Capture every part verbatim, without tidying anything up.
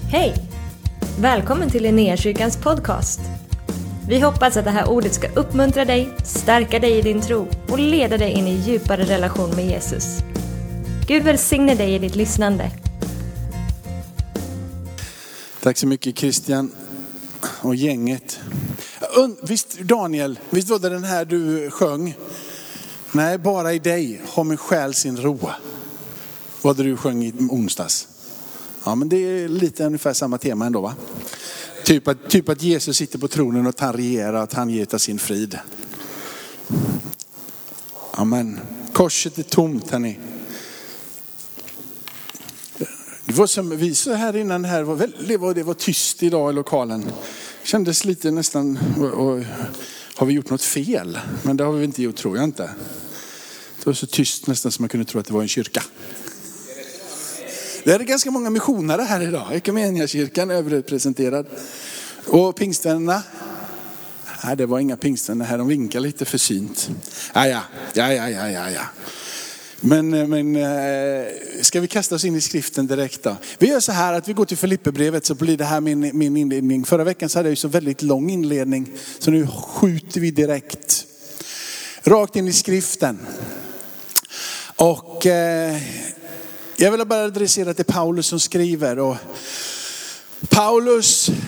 Hej! Välkommen till Linnéakyrkans podcast. Vi hoppas att det här ordet ska uppmuntra dig, stärka dig i din tro och leda dig in i djupare relation med Jesus. Gud välsigne dig i ditt lyssnande. Tack så mycket Christian och gänget. Visst Daniel, visst var det den här du sjöng? Nej, bara i dig har min själ sin ro. Vad du sjöng i onsdags. Ja, men det är lite ungefär samma tema ändå, va? Typ att, typ att Jesus sitter på tronen och att han regerar, att han ger av sin frid. Amen. Korset är tomt, hörni. Det var som vi så här innan här, var väldigt, det, var, det var tyst idag i lokalen. Kändes lite nästan, och, och, har vi gjort något fel? Men det har vi inte gjort, tror jag inte. Det var så tyst nästan som man kunde tro att det var en kyrka. Det är ganska många missionare här idag. Ekumeniakyrkan överrepresenterad. Och pingstvännerna. Nej, det var inga pingstvänner här. De vinkar lite försynt. Ja, ja, ja, ja, ja, ja, ja. Men, men ska vi kasta oss in i skriften direkt då? Vi gör så här att vi går till Filipperbrevet, så blir det här min, min inledning. Förra veckan så hade jag ju så väldigt lång inledning. Så nu skjuter vi direkt. Rakt in i skriften. Och... Eh, Jag vill bara adressera till Paulus som skriver. Och Paulus,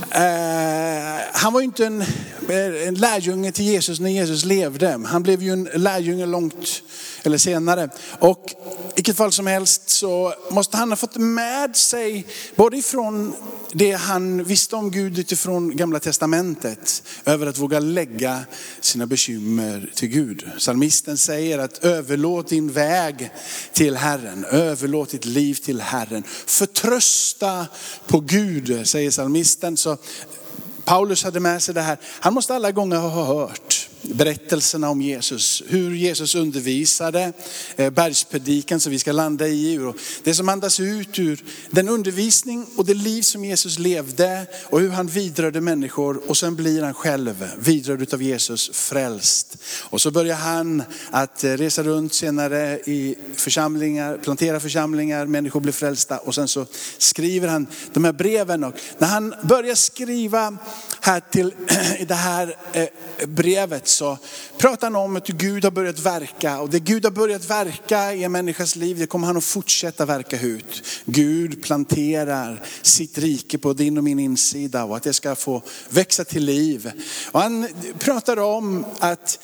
eh, han var ju inte en, en lärjunge till Jesus när Jesus levde. Han blev ju en lärjunge långt eller senare. Och i vilket fall som helst så måste han ha fått med sig både ifrån det han visste om Gud utifrån Gamla testamentet, över att våga lägga sina bekymmer till Gud. Psalmisten säger att överlåt din väg till Herren, överlåt ditt liv till Herren. Förtrösta på Gud, säger psalmisten. Så Paulus hade med sig det här. Han måste alla gånger ha hört berättelserna om Jesus, hur Jesus undervisade, bergspredikan som vi ska landa i, och det som andas ut ur den undervisning och det liv som Jesus levde och hur han vidrörde människor, och sen blir han själv vidrörd av Jesus frälst. Och så börjar han att resa runt senare i församlingar, plantera församlingar, människor blir frälsta, och sen så skriver han de här breven. Och när han börjar skriva här till i det här brevet så pratar han om att Gud har börjat verka, och det Gud har börjat verka i en människas liv, det kommer han att fortsätta verka ut. Gud planterar sitt rike på din och min insida, och att det ska få växa till liv. Och han pratar om att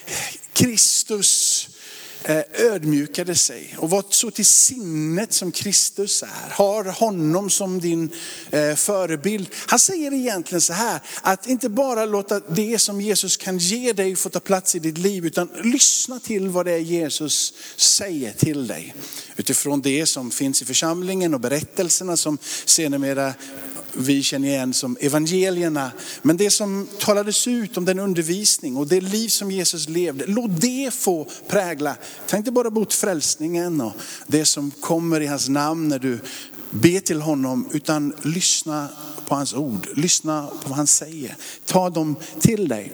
Kristus ödmjukade sig och var så till sinnet som Kristus är. Har honom som din förebild. Han säger egentligen så här, att inte bara låta det som Jesus kan ge dig få ta plats i ditt liv, utan lyssna till vad det är Jesus säger till dig. Utifrån det som finns i församlingen och berättelserna som sedermera vi känner igen som evangelierna. Men det som talades ut om den undervisning och det liv som Jesus levde, låt det få prägla. Tänk inte bara bort frälsningen och det som kommer i hans namn när du ber till honom, utan lyssna på hans ord. Lyssna på vad han säger. Ta dem till dig.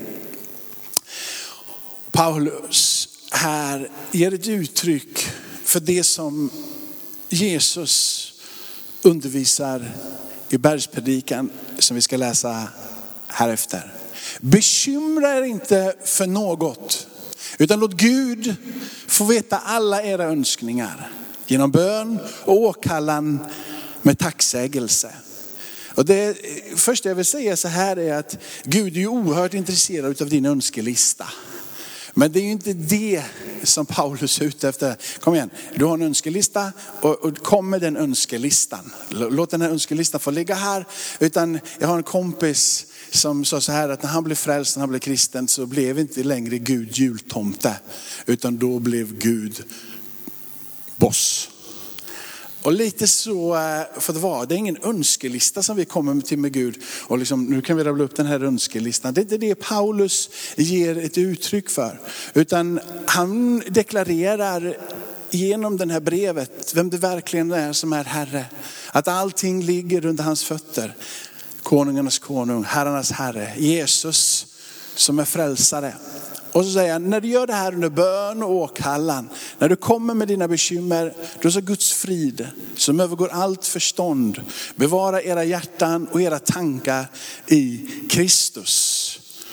Paulus här ger ett uttryck för det som Jesus undervisar i bergspredikan som vi ska läsa här efter. Bekymra er inte för något, utan låt Gud få veta alla era önskningar genom bön och åkallan med tacksägelse. Och det första jag vill säga så här är att Gud är ju oerhört intresserad av din önskelista. Men det är ju inte det som Paulus är ute efter. Kom igen, du har en önskelista och, och kom med den önskelistan. Låt den här önskelistan få ligga här. Utan jag har en kompis som sa så här, att när han blev frälst, när han blev kristen, så blev inte längre Gud jultomte. Utan då blev Gud boss. Och lite så får det vara. Det är ingen önskelista som vi kommer till med Gud. Och liksom, nu kan vi rabbla upp den här önskelistan. Det är inte det Paulus ger ett uttryck för. Utan han deklarerar genom det här brevet vem det verkligen är som är Herre. Att allting ligger under hans fötter. Konungarnas konung, herrarnas herre. Jesus som är frälsare. Och så säger han, när du gör det här under bön och åkallan, när du kommer med dina bekymmer, då så Guds frid som övergår allt förstånd, bevara era hjärtan och era tankar i Kristus.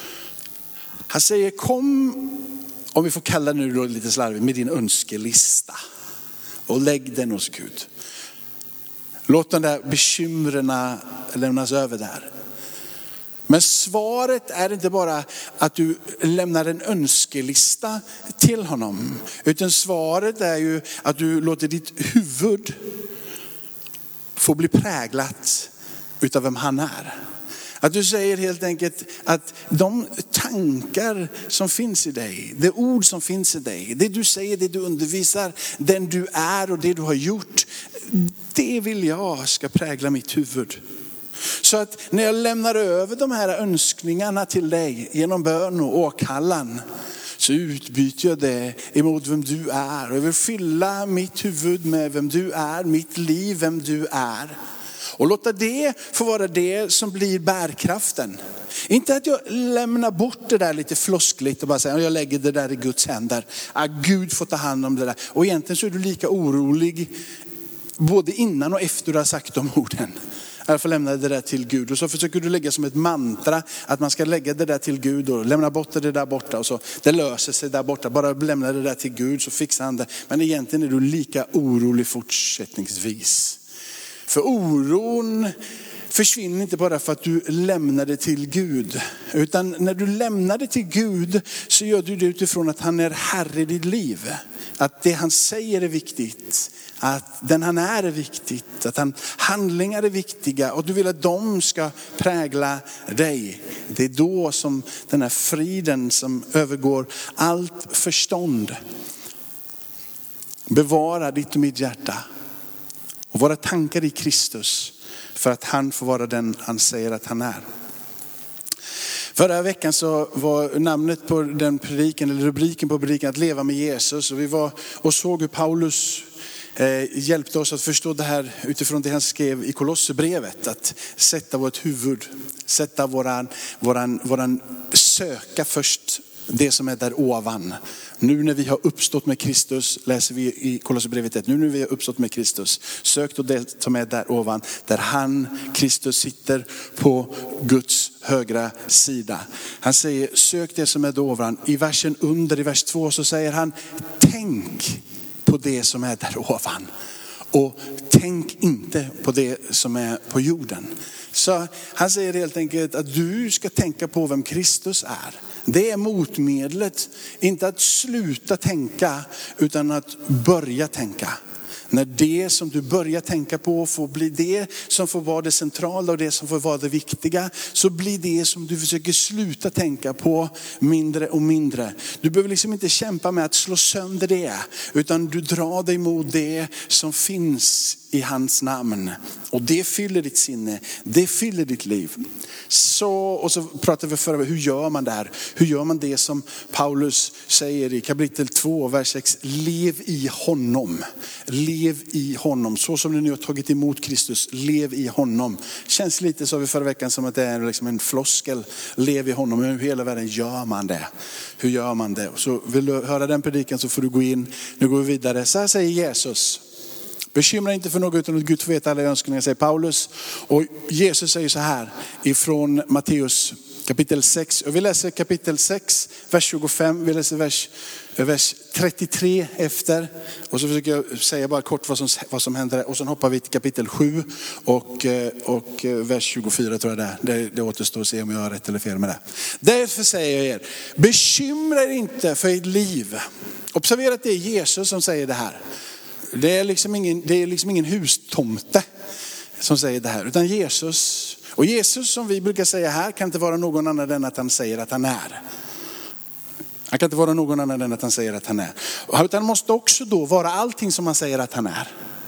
Han säger, kom, om vi får kalla det nu då lite slarvigt, med din önskelista och lägg den hos Gud. Låt de där bekymren lämnas över där. Men svaret är inte bara att du lämnar en önskelista till honom. Utan svaret är ju att du låter ditt huvud få bli präglat utav vem han är. Att du säger helt enkelt att de tankar som finns i dig, det ord som finns i dig, det du säger, det du undervisar, den du är och det du har gjort, det vill jag ska prägla mitt huvud. Så att när jag lämnar över de här önskningarna till dig genom bön och åkallan, så utbyter jag det emot vem du är. Och jag vill fylla mitt huvud med vem du är, mitt liv vem du är. Och låta det få vara det som blir bärkraften. Inte att jag lämnar bort det där lite floskligt och bara säger, jag lägger det där i Guds händer. Att Gud får ta hand om det där. Och egentligen så är du lika orolig både innan och efter du har sagt de orden. Jag får lämna det där till Gud. Och så försöker du lägga som ett mantra att man ska lägga det där till Gud och lämna bort det där borta. Och så det löser sig där borta. Bara lämna det där till Gud så fixar han det. Men egentligen är du lika orolig fortsättningsvis. För oron försvinner inte bara för att du lämnar det till Gud. Utan när du lämnar det till Gud så gör du det utifrån att han är herre i ditt liv. Att det han säger är viktigt. Att den han är är viktigt. Att han handlingar är viktiga. Och du vill att de ska prägla dig. Det är då som den här friden som övergår allt förstånd. Bevara ditt och mitt hjärta. Och våra tankar i Kristus. För att han får vara den han säger att han är. Förra veckan så var namnet på den prediken, eller rubriken på prediken, att leva med Jesus. Och vi var och såg hur Paulus eh, hjälpte oss att förstå det här utifrån det han skrev i Kolosserbrevet. Att sätta vårt huvud, sätta våran, våran, våran söka först det som är där ovan. Nu när vi har uppstått med Kristus, läser vi i Kolosserbrevet ett, nu när vi har uppstått med Kristus, sök då det som är där ovan, där han, Kristus, sitter på Guds högra sida. Han säger, sök det som är där ovan. I versen under, i vers två, så säger han, tänk på det som är där ovan. Och tänk inte på det som är på jorden. Så han säger helt enkelt att du ska tänka på vem Kristus är. Det är motmedlet, inte att sluta tänka utan att börja tänka. När det som du börjar tänka på får bli det som får vara det centrala och det som får vara det viktiga, så blir det som du försöker sluta tänka på mindre och mindre. Du behöver liksom inte kämpa med att slå sönder det, utan du drar dig mot det som finns i hans namn. Och det fyller ditt sinne, det fyller ditt liv. Så, och så pratar vi förra, hur gör man det här? Hur gör man det som Paulus säger i kapitel två, vers sex? Lev i honom. Lev i honom. Så som du nu har tagit emot Kristus, lev i honom. Känns lite så vi förra veckan som att det är liksom en floskel. Lev i honom. Men hur hela världen gör man det? Hur gör man det? Så vill du höra den predikan så får du gå in. Nu går vi vidare. Så här säger Jesus. Bekymra inte för något utan att Gud får veta alla önskningar, säger Paulus. Och Jesus säger så här ifrån Matteus kapitel sex. Och vi läser kapitel sex, vers tjugofem. Vi läser vers, vers trettiotre efter. Och så försöker jag säga bara kort vad som, vad som händer. Och sen hoppar vi till kapitel sju och, och vers tjugofyra tror jag det är. Det, det återstår att se om jag har rätt eller fel med det. Därför säger jag er, bekymra er inte för ert liv. Observera att det är Jesus som säger det här. Det är liksom ingen, det är liksom ingen hustomte som säger det här, utan Jesus. Och Jesus, som vi brukar säga här, kan inte vara någon annan än att han säger att han är. Han kan inte vara någon annan än att han säger att han är. Utan han måste också då vara allting som han säger att han är.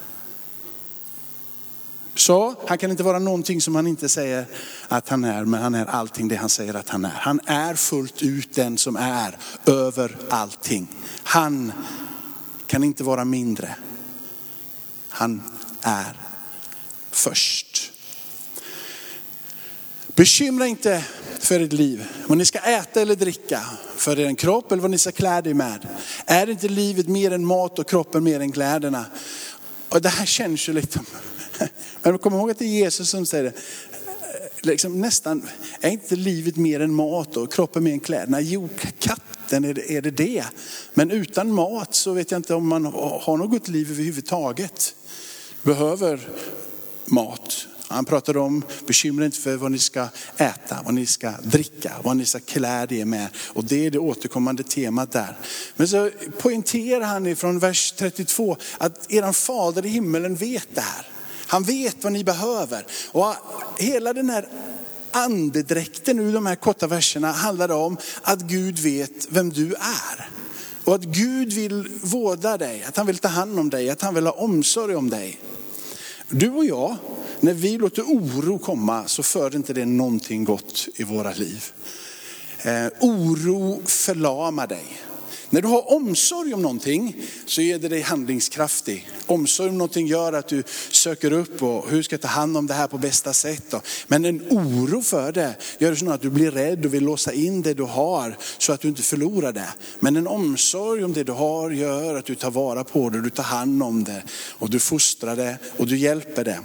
Så han kan inte vara någonting som han inte säger att han är, men han är allting det han säger att han är. Han är fullt ut den som är över allting. Han kan inte vara mindre. Han är först. Bekymra inte för ert liv. Vad ni ska äta eller dricka för er kropp eller vad ni ska klä dig med. Är inte livet mer än mat och kroppen mer än kläderna? Och det här känns ju lite... Men kom ihåg att det är Jesus som säger det. Liksom nästan, är inte livet mer än mat och kroppen mer än kläderna? Jo, katten är det, är det det. Men utan mat så vet jag inte om man har något liv överhuvudtaget. Behöver mat. Han pratar om, bekymra inte för vad ni ska äta, vad ni ska dricka, vad ni ska klä det med. Och det är det återkommande temat där. Men så poängterar han ifrån vers trettiotvå att eran fader i himmelen vet det här. Han vet vad ni behöver. Och hela den här andedräkten ur de här korta verserna handlar om att Gud vet vem du är. Och att Gud vill vårda dig, att han vill ta hand om dig, att han vill ha omsorg om dig. Du och jag, när vi låter oro komma så för inte det någonting gott i våra liv. Eh, oro förlamar dig. När du har omsorg om någonting så ger det dig handlingskraftig. Omsorg om någonting gör att du söker upp och hur ska jag ta hand om det här på bästa sätt. Men en oro för det gör så att du blir rädd och vill låsa in det du har så att du inte förlorar det. Men en omsorg om det du har gör att du tar vara på det, du tar hand om det och du fostrar det och du hjälper det.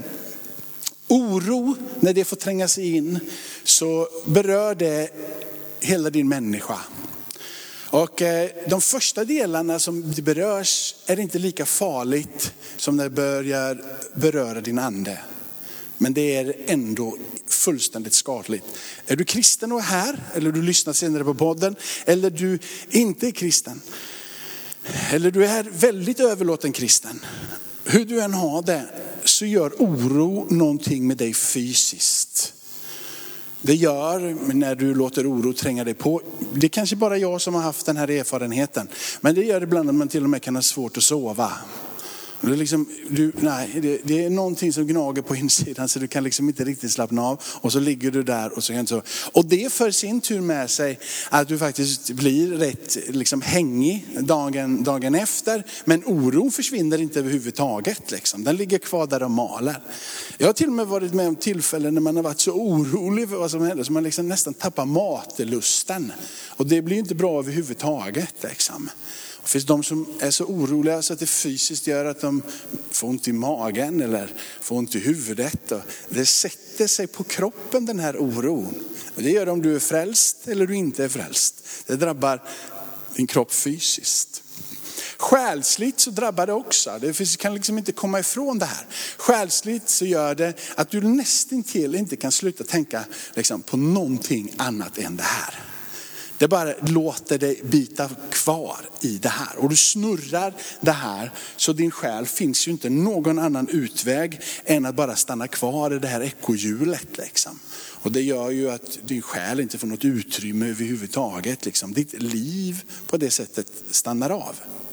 Oro, när det får tränga sig in så berör det hela din människa. Och de första delarna som det berörs är inte lika farligt som när det börjar beröra din ande. Men det är ändå fullständigt skadligt. Är du kristen och är här, eller du lyssnar senare på podden, eller du inte är kristen, eller du är väldigt överlåten kristen. Hur du än har det så gör oro någonting med dig fysiskt. Det gör när du låter oro tränga dig på. Det är kanske bara jag som har haft den här erfarenheten. Men det gör ibland att man till och med kan ha svårt att sova. Det är, liksom, du, nej, det, det är någonting som gnager på insidan så du kan liksom inte riktigt slappna av. Och så ligger du där och så kan så. Och det för sin tur med sig att du faktiskt blir rätt liksom hängig dagen, dagen efter. Men oron försvinner inte överhuvudtaget. Liksom. Den ligger kvar där och maler. Jag har till och med varit med om tillfällen när man har varit så orolig för vad som händer så man liksom nästan tappar matlusten. Och det blir inte bra överhuvudtaget. Liksom. Det finns de som är så oroliga så att det fysiskt gör att de får ont i magen eller får ont i huvudet. Och det sätter sig på kroppen, den här oron. Och det gör om du är frälst eller du inte är frälst. Det drabbar din kropp fysiskt. Själsligt så drabbar det också. Det kan liksom inte komma ifrån det här. Själsligt så gör det att du nästintill inte kan sluta tänka liksom, på någonting annat än det här. Det bara låter dig bita kvar i det här. Och du snurrar det här så din själ finns ju inte någon annan utväg än att bara stanna kvar i det här ekohjulet. Liksom. Och det gör ju att din själ inte får något utrymme överhuvudtaget. Liksom. Ditt liv på det sättet stannar av.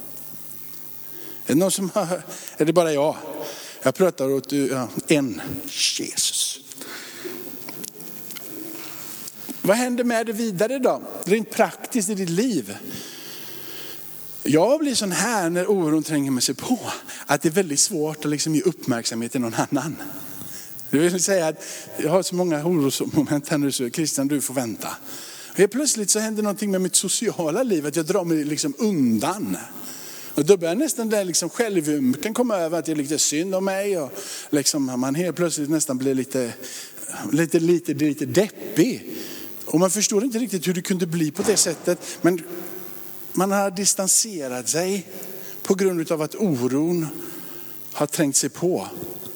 Är det någon som har, är det bara jag? Jag pratar åt ja, en Jesus. Vad händer med det vidare då? Rent praktiskt i ditt liv. Jag blir sån här när oron tränger mig sig på. Att det är väldigt svårt att liksom ge uppmärksamhet till någon annan. Det vill säga att jag har så många orosmoment här nu så Christian du får vänta. Och helt plötsligt så händer någonting med mitt sociala liv. Att jag drar mig liksom undan. Och då börjar nästan det liksom själv kan komma över att det är lite synd om mig. Och liksom man helt plötsligt nästan blir lite, lite, lite, lite deppig. Och man förstår inte riktigt hur det kunde bli på det sättet. Men man har distanserat sig på grund av att oron har trängt sig på.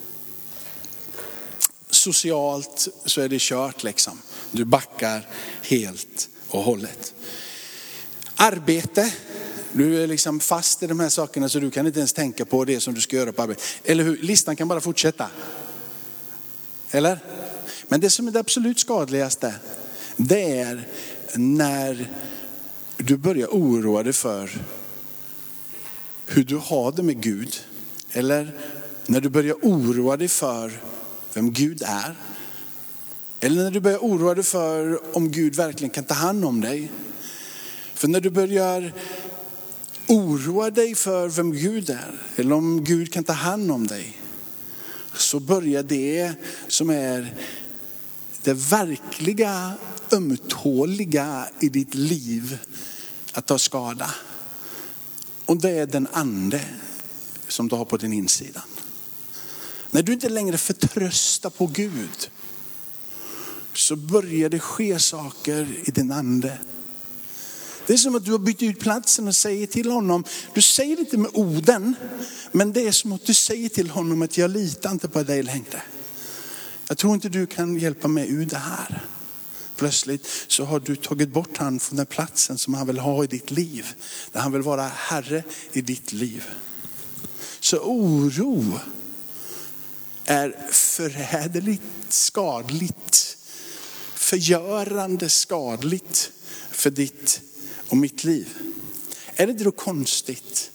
Socialt så är det kört liksom. Du backar helt och hållet. Arbete. Du är liksom fast i de här sakerna så du kan inte ens tänka på det som du ska göra på arbetet. Eller hur? Listan kan bara fortsätta. Eller? Men det som är det absolut skadligaste, det är när du börjar oroa dig för hur du har det med Gud. Eller när du börjar oroa dig för vem Gud är. Eller när du börjar oroa dig för om Gud verkligen kan ta hand om dig. För när du börjar oroa dig för vem Gud är, eller om Gud kan ta hand om dig, så börjar det som är det verkliga ömtåliga i ditt liv att ta skada. Och det är den ande som du har på din insida. När du inte längre förtröstar på Gud, så börjar det ske saker i din ande. Det är som att du har bytt ut platsen och säger till honom, du säger det inte med orden, men det är som att du säger till honom att jag litar inte på dig längre. Jag tror inte du kan hjälpa mig ur det här. Plötsligt så har du tagit bort han från den platsen som han vill ha i ditt liv. Där han vill vara herre i ditt liv. Så oro är förräderligt skadligt. Förgörande skadligt för ditt och mitt liv. Är det då konstigt?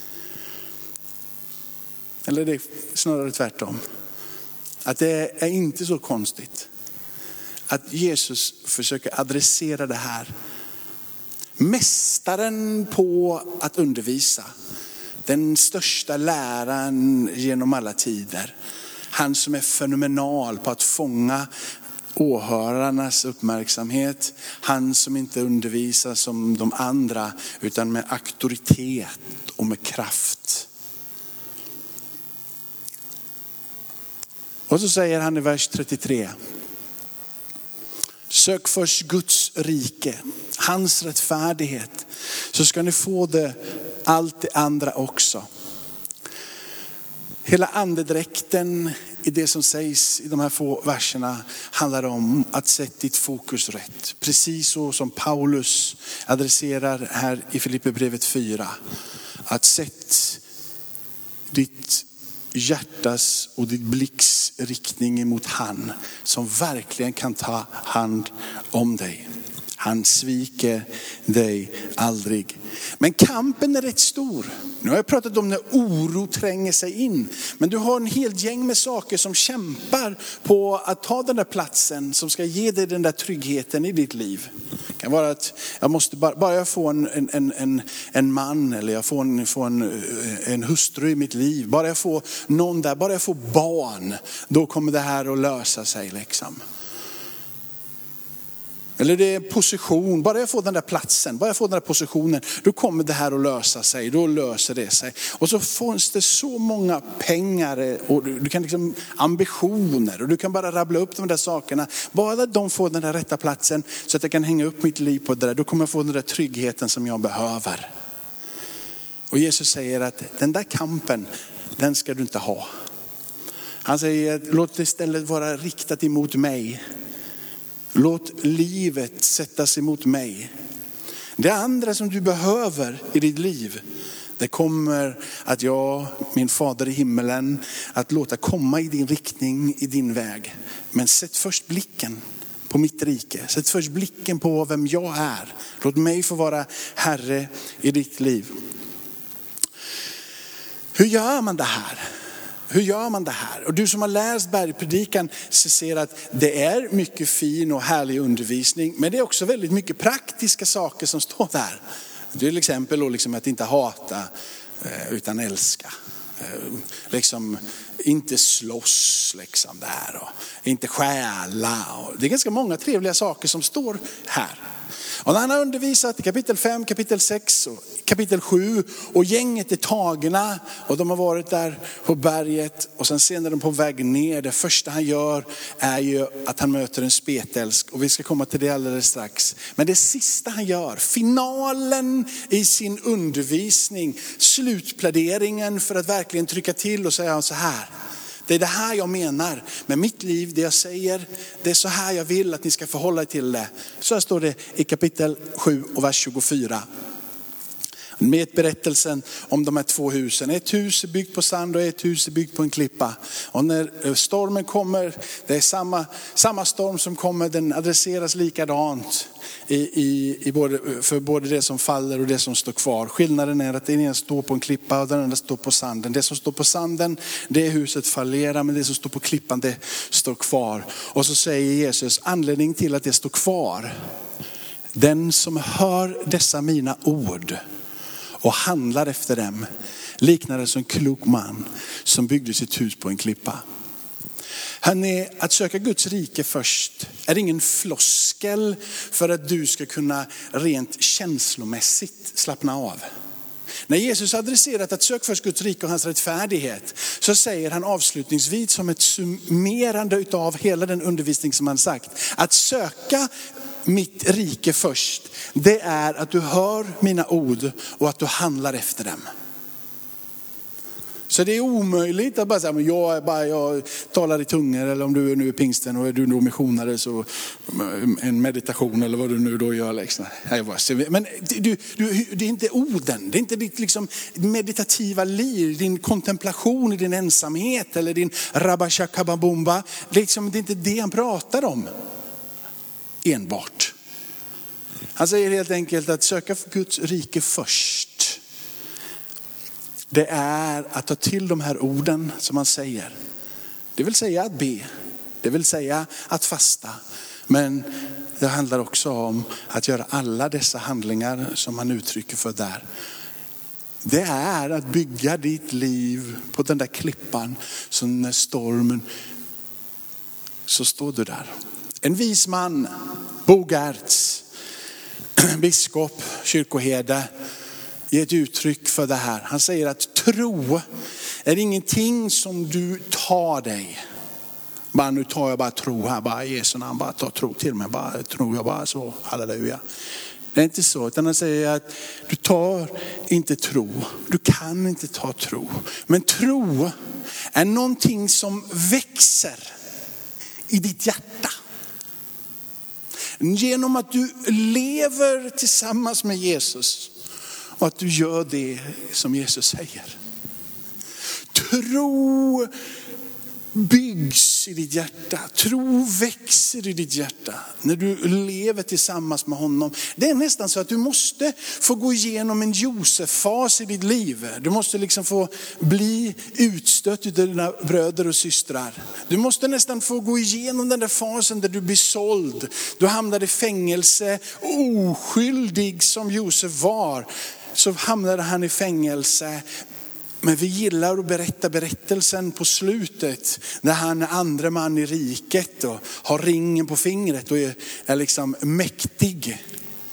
Eller är det snarare tvärtom? Att det är inte så konstigt att Jesus försöker adressera det här. Mästaren på att undervisa. Den största läraren genom alla tider. Han som är fenomenal på att fånga åhörarnas uppmärksamhet. Han som inte undervisar som de andra utan med auktoritet och med kraft. Och så säger han i vers trettiotre. Sök först Guds rike, hans rättfärdighet, så ska ni få det allt det andra också. Hela andedräkten i det som sägs i de här få verserna handlar om att sätta ditt fokus rätt. Precis så som Paulus adresserar här i Filipperbrevet fyra. Att sätta ditt hjärtas och ditt blicks riktning emot han som verkligen kan ta hand om dig. Han sviker dig aldrig. Men kampen är rätt stor. Nu har jag pratat om när oro tränger sig in. Men du har en hel gäng med saker som kämpar på att ta den där platsen som ska ge dig den där tryggheten i ditt liv. Det kan vara att jag måste bara, bara jag får en, en, en, en man eller jag får, en, får en, en hustru i mitt liv. Bara jag får någon där, bara jag får barn. Då kommer det här att lösa sig liksom. Eller det är position, bara jag får den där platsen, bara jag får den där positionen, då kommer det här att lösa sig, då löser det sig. Och så finns det så många pengar och du kan liksom ambitioner och du kan bara rabbla upp de där sakerna. Bara de får den där rätta platsen så att jag kan hänga upp mitt liv på det där, då kommer jag få den där tryggheten som jag behöver. Och Jesus säger att den där kampen, den ska du inte ha. Han säger, låt det istället vara riktat emot mig. Låt livet sättas emot mig. Det andra som du behöver i ditt liv, det kommer att jag, min fader i himmelen, att låta komma i din riktning, i din väg. Men sätt först blicken på mitt rike. Sätt först blicken på vem jag är. Låt mig få vara herre i ditt liv. Hur gör man det här? Hur gör man det här? Och du som har läst bergpredikan ser att det är mycket fin och härlig undervisning. Men det är också väldigt mycket praktiska saker som står där. Till exempel liksom att inte hata utan älska. Liksom inte slåss liksom där. Och inte stjäla. Och det är ganska många trevliga saker som står här. Och när han har undervisat i kapitel fem, kapitel sex och kapitel sju och gänget är tagna och de har varit där på berget och sen ser de på väg ner. Det första han gör är ju att han möter en spetälsk och vi ska komma till det alldeles strax. Men det sista han gör, finalen i sin undervisning, slutpläderingen för att verkligen trycka till och säga så här. Det är det här jag menar med mitt liv, det jag säger, det är så här jag vill att ni ska förhålla er till det. Så här står det i kapitel sju och vers tjugofyra. Med berättelsen om de här två husen. Ett hus är byggt på sand och ett hus är byggt på en klippa. Och när stormen kommer, det är samma, samma storm som kommer, den adresseras likadant i, i, i både, för både det som faller och det som står kvar. Skillnaden är att den ena står på en klippa och den andra står på sanden. Det som står på sanden, det huset fallerar, men det som står på klippan, det står kvar. Och så säger Jesus, anledning till att det står kvar. Den som hör dessa mina ord och handlar efter dem liknar det som en klok man som byggde sitt hus på en klippa. Han är att söka Guds rike först är ingen floskel för att du ska kunna rent känslomässigt slappna av. När Jesus adresserat att sök först Guds rike och hans rättfärdighet, så säger han avslutningsvis som ett summerande utav hela den undervisning som han sagt. Att söka mitt rike först, det är att du hör mina ord och att du handlar efter dem. Så det är omöjligt att bara säga, men jag, är bara, jag talar i tungor, eller om du är nu i pingsten och är du nu missionare, så en meditation eller vad du nu då gör. Liksom. Men du, du, det är inte orden, det är inte ditt liksom meditativa liv, din kontemplation i din ensamhet eller din rabashakababumba. Liksom, det är inte det han pratar om enbart. Han säger helt enkelt att söka för Guds rike först. Det är att ta till de här orden som man säger. Det vill säga att be. Det vill säga att fasta. Men det handlar också om att göra alla dessa handlingar som man uttrycker för där. Det är att bygga ditt liv på den där klippan. Så när stormen, så står du där. En vis man, Bo Gertz, biskop, kyrkoherde, ger ett uttryck för det här. Han säger att tro är ingenting som du tar dig. Bara nu tar jag bara tro här, bara Jesu namn, bara ta tro till mig, bara tror jag bara så, halleluja. Det är inte så, utan han säger att du tar inte tro, du kan inte ta tro. Men tro är någonting som växer i ditt hjärta. Genom att du lever tillsammans med Jesus. Och att du gör det som Jesus säger. Tro byggs i ditt hjärta. Tro växer i ditt hjärta. När du lever tillsammans med honom. Det är nästan så att du måste få gå igenom en Josef-fas i ditt liv. Du måste liksom få bli utstött av dina bröder och systrar. Du måste nästan få gå igenom den där fasen där du blir såld. Du hamnar i fängelse, oskyldig som Josef var. Så hamnade han i fängelse. Men vi gillar att berätta berättelsen på slutet. När han är andra man i riket och har ringen på fingret och är, är liksom mäktig.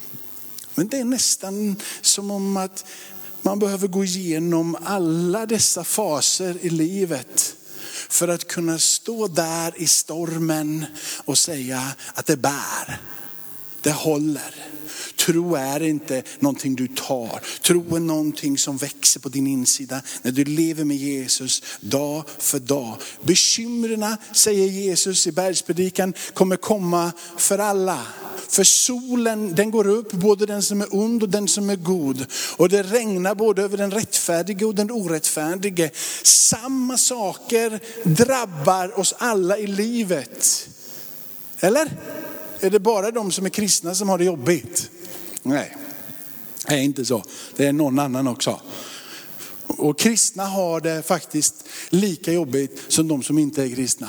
Men det är nästan som om att man behöver gå igenom alla dessa faser i livet. För att kunna stå där i stormen och säga att det bär. Det håller. Tro är inte någonting du tar. Tro är någonting som växer på din insida. När du lever med Jesus dag för dag. Bekymren, säger Jesus i bergspredikan, kommer komma för alla. För solen, den går upp, både den som är ond och den som är god. Och det regnar både över den rättfärdige och den orättfärdige. Samma saker drabbar oss alla i livet. Eller? Är det bara de som är kristna som har det jobbigt? Nej, det är inte så. Det är någon annan också. Och kristna har det faktiskt lika jobbigt som de som inte är kristna.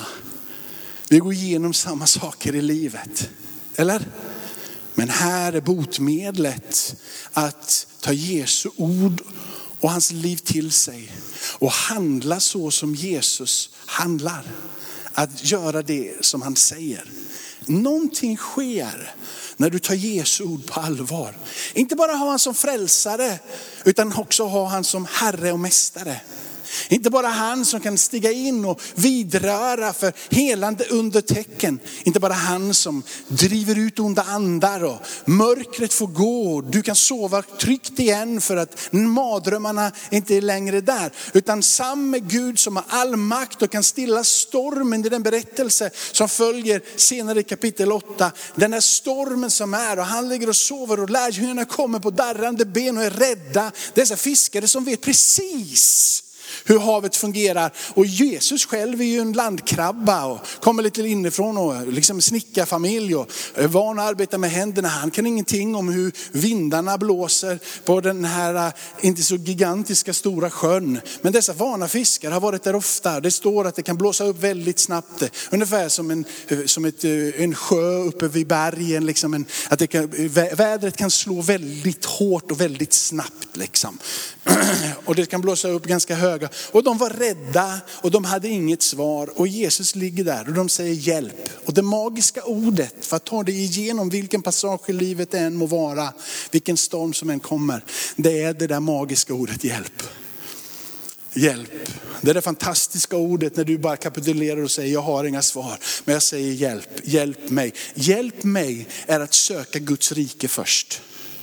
Vi går igenom samma saker i livet. Eller? Men här är botmedlet att ta Jesu ord och hans liv till sig. Och handla så som Jesus handlar. Att göra det som han säger. Någonting sker när du tar Jesu ord på allvar. Inte bara ha han som frälsare, utan också ha han som herre och mästare. Inte bara han som kan stiga in och vidröra för helande undertecken. Inte bara han som driver ut onda andar och mörkret får gå. Du kan sova tryggt igen för att mardrömmarna inte är längre där. Utan samma Gud som har all makt och kan stilla stormen i den berättelse som följer senare i kapitel åtta. Den här stormen som är, och han ligger och sover och lärjungarna kommer på darrande ben och är rädda. Dessa fiskare som vet precis hur havet fungerar. Och Jesus själv är ju en landkrabba och kommer lite inifrån och liksom snickarfamilj och är van att arbeta med händerna. Han kan ingenting om hur vindarna blåser på den här inte så gigantiska stora sjön. Men dessa vana fiskare har varit där ofta. Det står att det kan blåsa upp väldigt snabbt. Ungefär som en, som ett, en sjö uppe vid bergen. Liksom en, att det kan, vädret kan slå väldigt hårt och väldigt snabbt. Liksom. Och det kan blåsa upp ganska höga öga. Och de var rädda och de hade inget svar. Och Jesus ligger där och de säger hjälp. Och det magiska ordet för att ta dig igenom vilken passage i livet det än må vara, vilken storm som än kommer, det är det där magiska ordet hjälp. Hjälp. Det är det fantastiska ordet när du bara kapitulerar och säger jag har inga svar. Men jag säger hjälp, hjälp mig. Hjälp mig är att söka Guds rike först.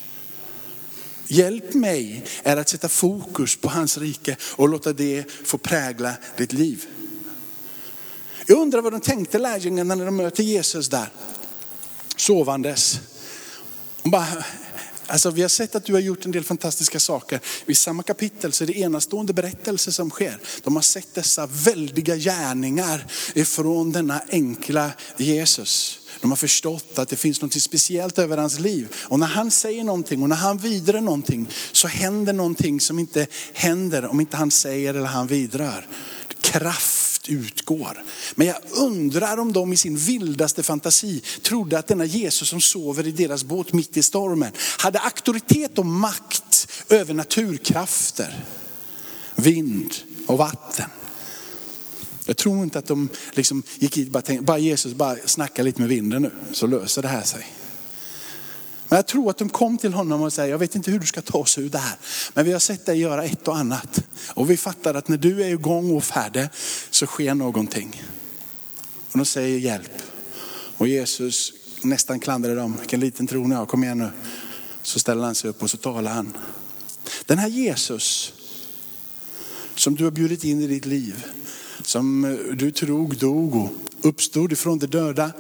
Hjälp mig är att sätta fokus på hans rike och låta det få prägla ditt liv. Jag undrar vad de tänkte lärjungarna när de möter Jesus där. Sovandes. Och bara, alltså vi har sett att du har gjort en del fantastiska saker. I samma kapitel så är det enastående berättelser som sker. De har sett dessa väldiga gärningar ifrån denna enkla Jesus. De har förstått att det finns något speciellt över hans liv. Och när han säger någonting och när han vidrar någonting så händer någonting som inte händer om inte han säger eller han vidrar. Kraft utgår. Men jag undrar om de i sin vildaste fantasi trodde att denna Jesus som sover i deras båt mitt i stormen hade auktoritet och makt över naturkrafter, vind och vatten. Jag tror inte att de liksom gick hit och bara tänkte, bara Jesus bara snacka lite med vinden nu så löser det här sig. Men jag tror att de kom till honom och säger, jag vet inte hur du ska ta oss ur det här. Men vi har sett dig göra ett och annat. Och vi fattar att när du är igång och färdig så sker någonting. Och de säger hjälp. Och Jesus nästan klandrar dem. Vilken liten tro ni har, kom igen nu. Så ställer han sig upp och så talar han. Den här Jesus som du har bjudit in i ditt liv. Som du trog, dog och uppstod ifrån de döda.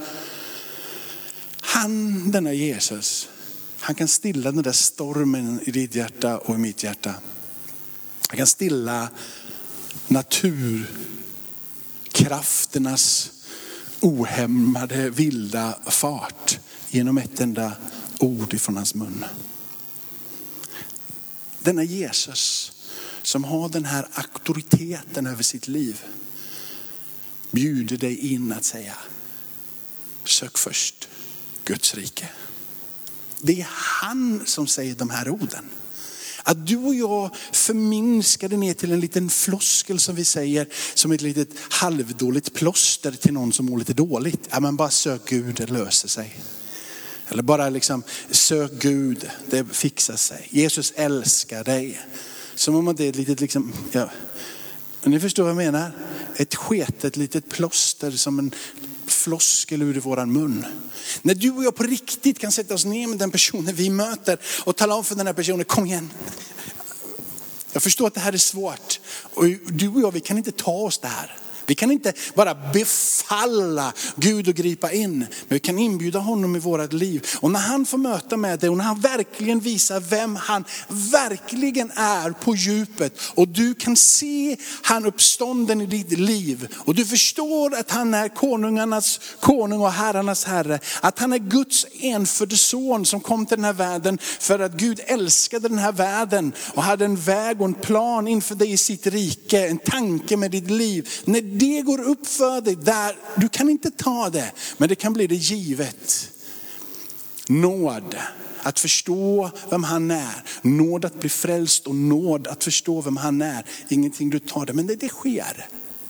Han, denna Jesus, han kan stilla den där stormen i ditt hjärta och i mitt hjärta. Han kan stilla naturkrafternas ohämmade vilda fart genom ett enda ord ifrån hans mun. Denna Jesus som har den här auktoriteten över sitt liv bjuder dig in att säga, sök först Guds rike. Det är han som säger de här orden. Att du och jag förminskar det ner till en liten floskel som vi säger som ett litet halvdåligt plåster till någon som mår lite dåligt. Ja, men bara sök Gud, det löser sig. Eller bara liksom sök Gud, det fixar sig. Jesus älskar dig. Som om det är ett litet liksom, ja, ni förstår vad jag menar. Ett sketet litet plåster som en floskel ur våran mun. När du och jag på riktigt kan sätta oss ner med den personen vi möter och tala om för den här personen, kom igen. Jag förstår att det här är svårt. Och du och jag, vi kan inte ta oss det här. Vi kan inte bara befalla Gud och gripa in. Men vi kan inbjuda honom i vårat liv. Och när han får möta med dig och när han verkligen visar vem han verkligen är på djupet. Och du kan se han uppstånden i ditt liv. Och du förstår att han är konungarnas konung och herrarnas herre. Att han är Guds enfödde son som kom till den här världen för att Gud älskade den här världen. Och hade en väg och en plan inför dig i sitt rike. En tanke med ditt liv. När det går upp för dig där, du kan inte ta det, men det kan bli det givet. Nåd att förstå vem han är. Nåd att bli frälst och nåd att förstå vem han är. Ingenting du tar det, men det, det sker.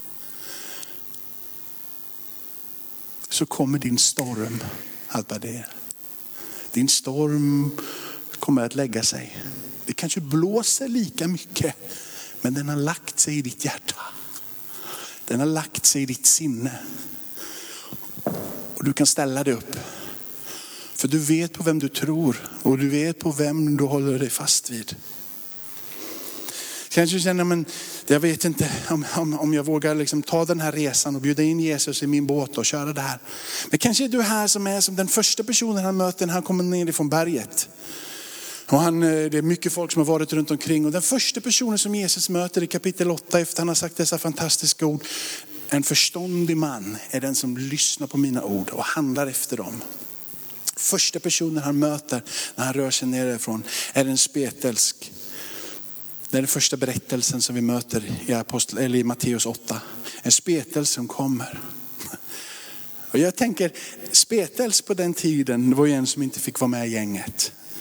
Så kommer din storm att vara det. Din storm kommer att lägga sig. Det kanske blåser lika mycket, men den har lagt sig i ditt hjärta. Den har lagt sig i ditt sinne. Och du kan ställa dig upp. För du vet på vem du tror. Och du vet på vem du håller dig fast vid. Kanske du känner, men jag vet inte om, om, om jag vågar liksom ta den här resan och bjuda in Jesus i min båt och köra det här. Men kanske är du här som är som den första personen han möter när han kommer ner ifrån berget. Och han, det är mycket folk som har varit runt omkring. Och den första personen som Jesus möter i kapitel åtta efter han har sagt dessa fantastiska ord. En förståndig man är den som lyssnar på mina ord och handlar efter dem. Första personen han möter när han rör sig nerifrån är en spetälsk. Det är den första berättelsen som vi möter i, Apostel, eller i Matteus åtta. En spetälsk som kommer. Och jag tänker, spetälsk på den tiden var ju en som inte fick vara med i gänget.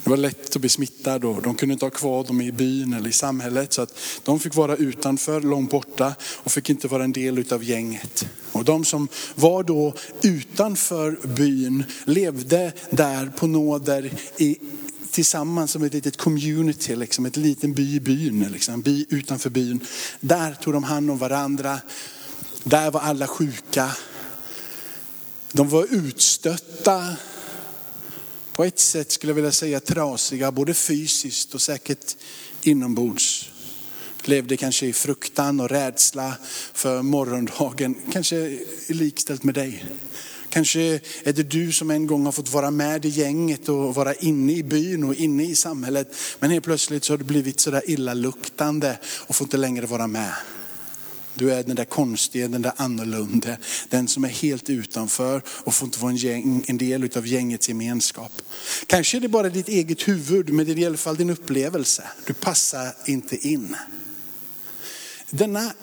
Det var lätt att bli smittad och de kunde inte ha kvar dem i byn eller i samhället. Så att de fick vara utanför, långt borta och fick inte vara en del av gänget. Och de som var då utanför byn levde där på nåder i, tillsammans som ett litet community, liksom ett liten by i byn, liksom, en by utanför byn. Där tog de hand om varandra. Där var alla sjuka. De var utstötta. På ett sätt skulle jag vilja säga trasiga, både fysiskt och säkert inombords. Levde kanske i fruktan och rädsla för morgondagen. Kanske likställt med dig. Kanske är det du som en gång har fått vara med i gänget och vara inne i byn och inne i samhället. Men helt plötsligt så har du blivit sådär illaluktande och får inte längre vara med. Du är den där konstiga, den där annorlunda. Den som är helt utanför och får inte vara en, gäng, en del av gängets gemenskap. Kanske är det bara ditt eget huvud, men det är i alla fall din upplevelse. Du passar inte in. Denna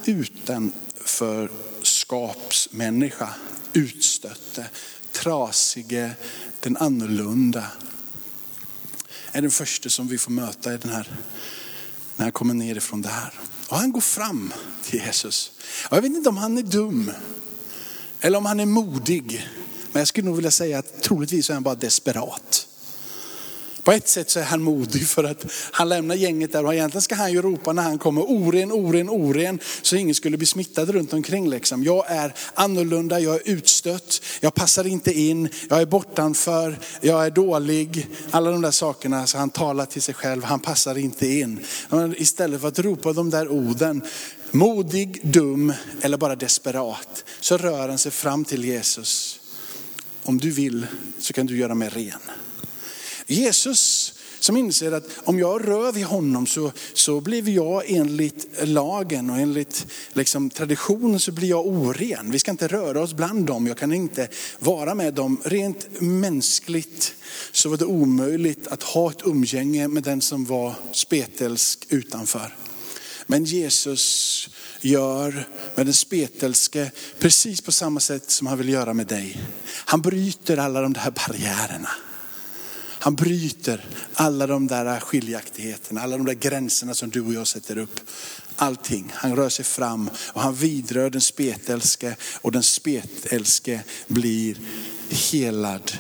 utanförskapsmänniska, utstötte, trasige, den annorlunda, är den första som vi får möta i den här, när han kommer ner ifrån det här. Och han går fram till Jesus. Och jag vet inte om han är dum eller om han är modig. Men jag skulle nog vilja säga att troligtvis är han bara desperat. På ett sätt så är han modig för att han lämnar gänget där. Och egentligen ska han ju ropa när han kommer: oren, oren, oren. Så ingen skulle bli smittad runt omkring liksom. Jag är annorlunda, jag är utstött. Jag passar inte in, jag är bortanför, jag är dålig. Alla de där sakerna, så han talar till sig själv. Han passar inte in. Men istället för att ropa de där orden, modig, dum eller bara desperat, så rör han sig fram till Jesus. Om du vill så kan du göra mig ren. Jesus som inser att om jag rör vid honom så, så blir jag enligt lagen och enligt liksom, traditionen så blir jag oren. Vi ska inte röra oss bland dem. Jag kan inte vara med dem. Rent mänskligt så var det omöjligt att ha ett umgänge med den som var spetälsk utanför. Men Jesus gör med den spetälske precis på samma sätt som han vill göra med dig. Han bryter alla de där barriärerna. Han bryter alla de där skiljaktigheterna, alla de där gränserna som du och jag sätter upp. Allting. Han rör sig fram och han vidrör den spetälske och den spetälske blir helad.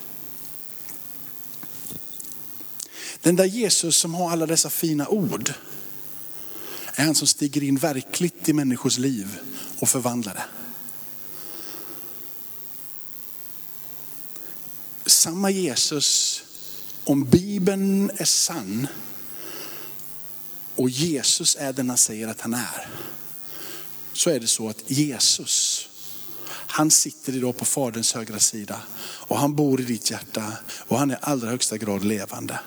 Den där Jesus som har alla dessa fina ord är han som stiger in verkligt i människors liv och förvandlar det. Samma Jesus, om Bibeln är sann och Jesus är den han säger att han är, så är det så att Jesus, han sitter idag på Faderns högra sida och han bor i ditt hjärta och han är i allra högsta grad levande.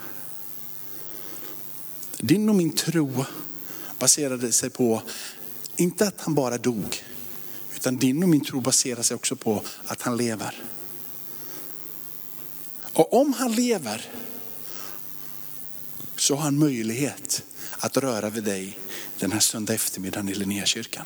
Din och min tro baserade sig på, inte att han bara dog, utan din och min tro baserar sig också på att han lever. Och om han lever så har han möjlighet att röra vid dig den här söndag eftermiddagen i Linnéakyrkan.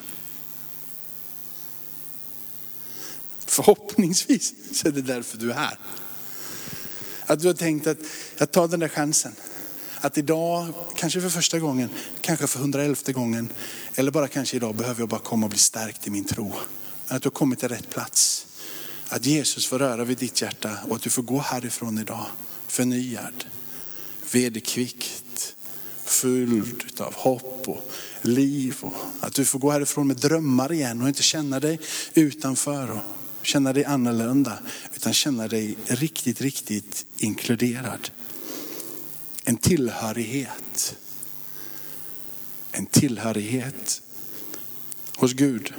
Förhoppningsvis så är det därför du är här. Att du har tänkt att jag tar den där chansen. Att idag, kanske för första gången, kanske för hundraelfte gången, eller bara kanske idag behöver jag bara komma och bli stärkt i min tro. Att du har kommit till rätt plats. Att Jesus får röra vid ditt hjärta och att du får gå härifrån idag förnyad, vederkvickt, fylld av hopp och liv. Och att du får gå härifrån med drömmar igen och inte känna dig utanför och känna dig annorlunda, utan känna dig riktigt, riktigt inkluderad. En tillhörighet. En tillhörighet hos Gud.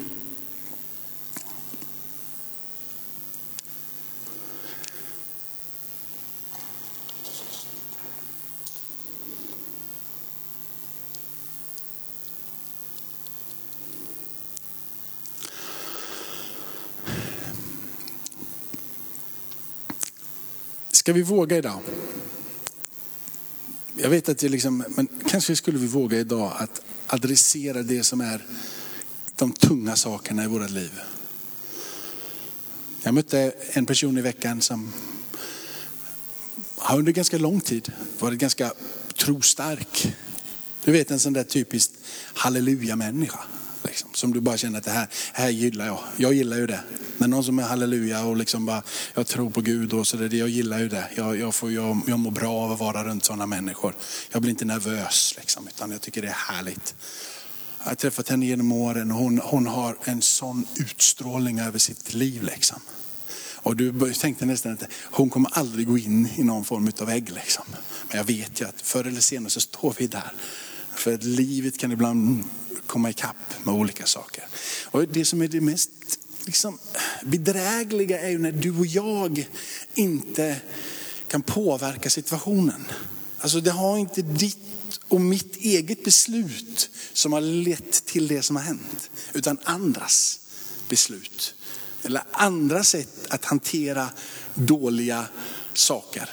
Ska vi våga idag? Jag vet att det liksom, men kanske skulle vi våga idag att adressera det som är de tunga sakerna i våra liv. Jag mötte en person i veckan som har under ganska lång tid varit ganska trostark. Du vet, en sån där typisk halleluja-människa. Liksom, som du bara känner att det här, här gillar jag. Jag gillar ju det. När någon som är halleluja och liksom bara, jag tror på Gud och så där, jag gillar ju det. Jag, jag, får, jag, jag mår bra av att vara runt sådana människor. Jag blir inte nervös liksom, utan jag tycker det är härligt. Jag har träffat henne genom åren och hon, hon har en sån utstrålning över sitt liv liksom. Och du tänkte nästan att hon kommer aldrig gå in i någon form av vägg liksom. Men jag vet ju att förr eller senare så står vi där. För att livet kan ibland komma ikapp med olika saker. Och det som är det mest liksom bedrägliga är ju när du och jag inte kan påverka situationen. Alltså det har inte ditt och mitt eget beslut som har lett till det som har hänt. Utan andras beslut. Eller andra sätt att hantera dåliga saker.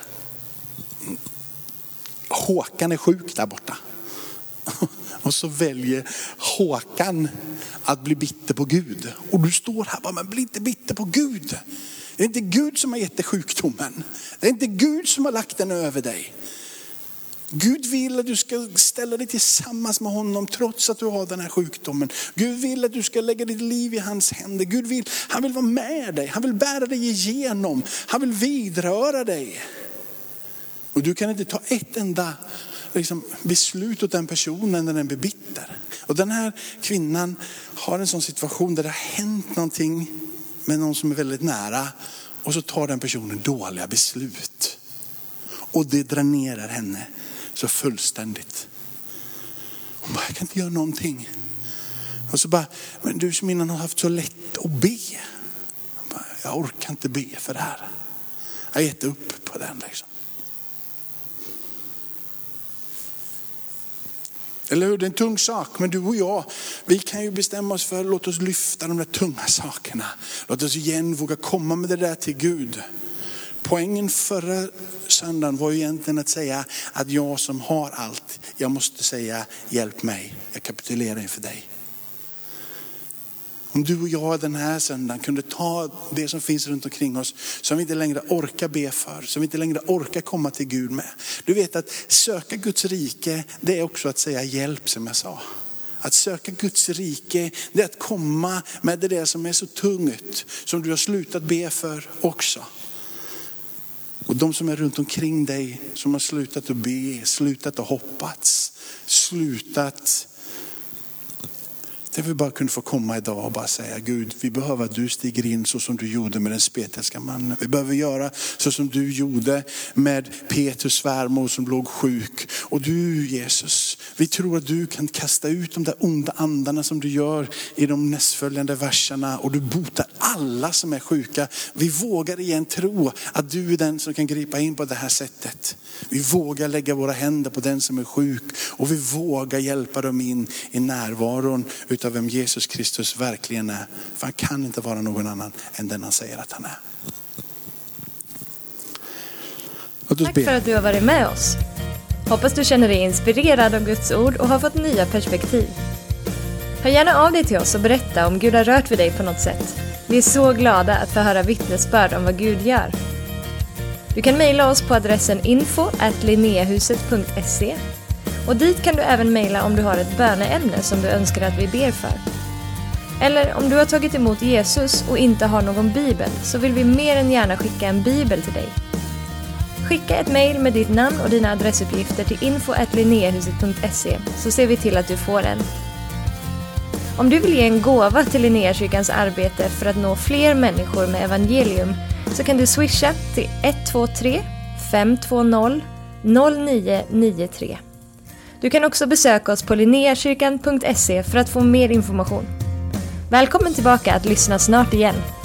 Håkan är sjuk där borta. Och så väljer Håkan att bli bitter på Gud. Och du står här bara, men bli inte bitter på Gud. Det är inte Gud som har gett dig sjukdomen. Det är inte Gud som har lagt den över dig. Gud vill att du ska ställa dig tillsammans med honom trots att du har den här sjukdomen. Gud vill att du ska lägga ditt liv i hans händer. Gud vill, han vill vara med dig. Han vill bära dig igenom. Han vill vidröra dig. Och du kan inte ta ett enda liksom, beslut åt den personen när den blir bitter. Och den här kvinnan har en sån situation där det har hänt någonting med någon som är väldigt nära. Och så tar den personen dåliga beslut. Och det dränerar henne så fullständigt. Hon bara, jag kan inte göra någonting. Och så bara, men du som innan har haft så lätt att be. Jag, bara, jag orkar inte be för det här. Jag har gett upp på den liksom. Eller hur? Det är en tung sak. Men du och jag, vi kan ju bestämma oss för, låt oss lyfta de där tunga sakerna. Låt oss igen våga komma med det där till Gud. Poängen förra söndagen var ju egentligen att säga att jag som har allt, jag måste säga hjälp mig. Jag kapitulerar inför dig. Om du och jag den här söndagen kunde ta det som finns runt omkring oss, som vi inte längre orkar be för, som vi inte längre orkar komma till Gud med. Du vet att söka Guds rike, det är också att säga hjälp, som jag sa. Att söka Guds rike, det är att komma med det där som är så tungt, som du har slutat be för också. Och de som är runt omkring dig, som har slutat att be, slutat att hoppats, slutat. Det vi bara kunde få komma idag och bara säga, Gud, vi behöver att du stiger in så som du gjorde med den spetälska mannen. Vi behöver göra så som du gjorde med Petrus svärmor som låg sjuk. Och du, Jesus, vi tror att du kan kasta ut de där onda andarna som du gör i de nästföljande verserna. Och du botar alla som är sjuka. Vi vågar igen tro att du är den som kan gripa in på det här sättet. Vi vågar lägga våra händer på den som är sjuk. Och vi vågar hjälpa dem in i närvaron av vem Jesus Kristus verkligen är. För han kan inte vara någon annan än den han säger att han är. Tack för att du har varit med oss. Hoppas du känner dig inspirerad av Guds ord och har fått nya perspektiv. Hör gärna av dig till oss och berätta om Gud har rört vid dig på något sätt. Vi är så glada att få höra vittnesbörd om vad Gud gör. Du kan mejla oss på adressen info at linneahuset punkt se. Och dit kan du även mejla om du har ett böneämne som du önskar att vi ber för. Eller om du har tagit emot Jesus och inte har någon bibel, så vill vi mer än gärna skicka en bibel till dig. Skicka ett mejl med ditt namn och dina adressuppgifter till info at linneahuset punkt se, så ser vi till att du får en. Om du vill ge en gåva till Linneakyrkans arbete för att nå fler människor med evangelium, så kan du swisha till ett två tre fem två noll noll nio nio tre. Du kan också besöka oss på linneakyrkan punkt se för att få mer information. Välkommen tillbaka att lyssna snart igen.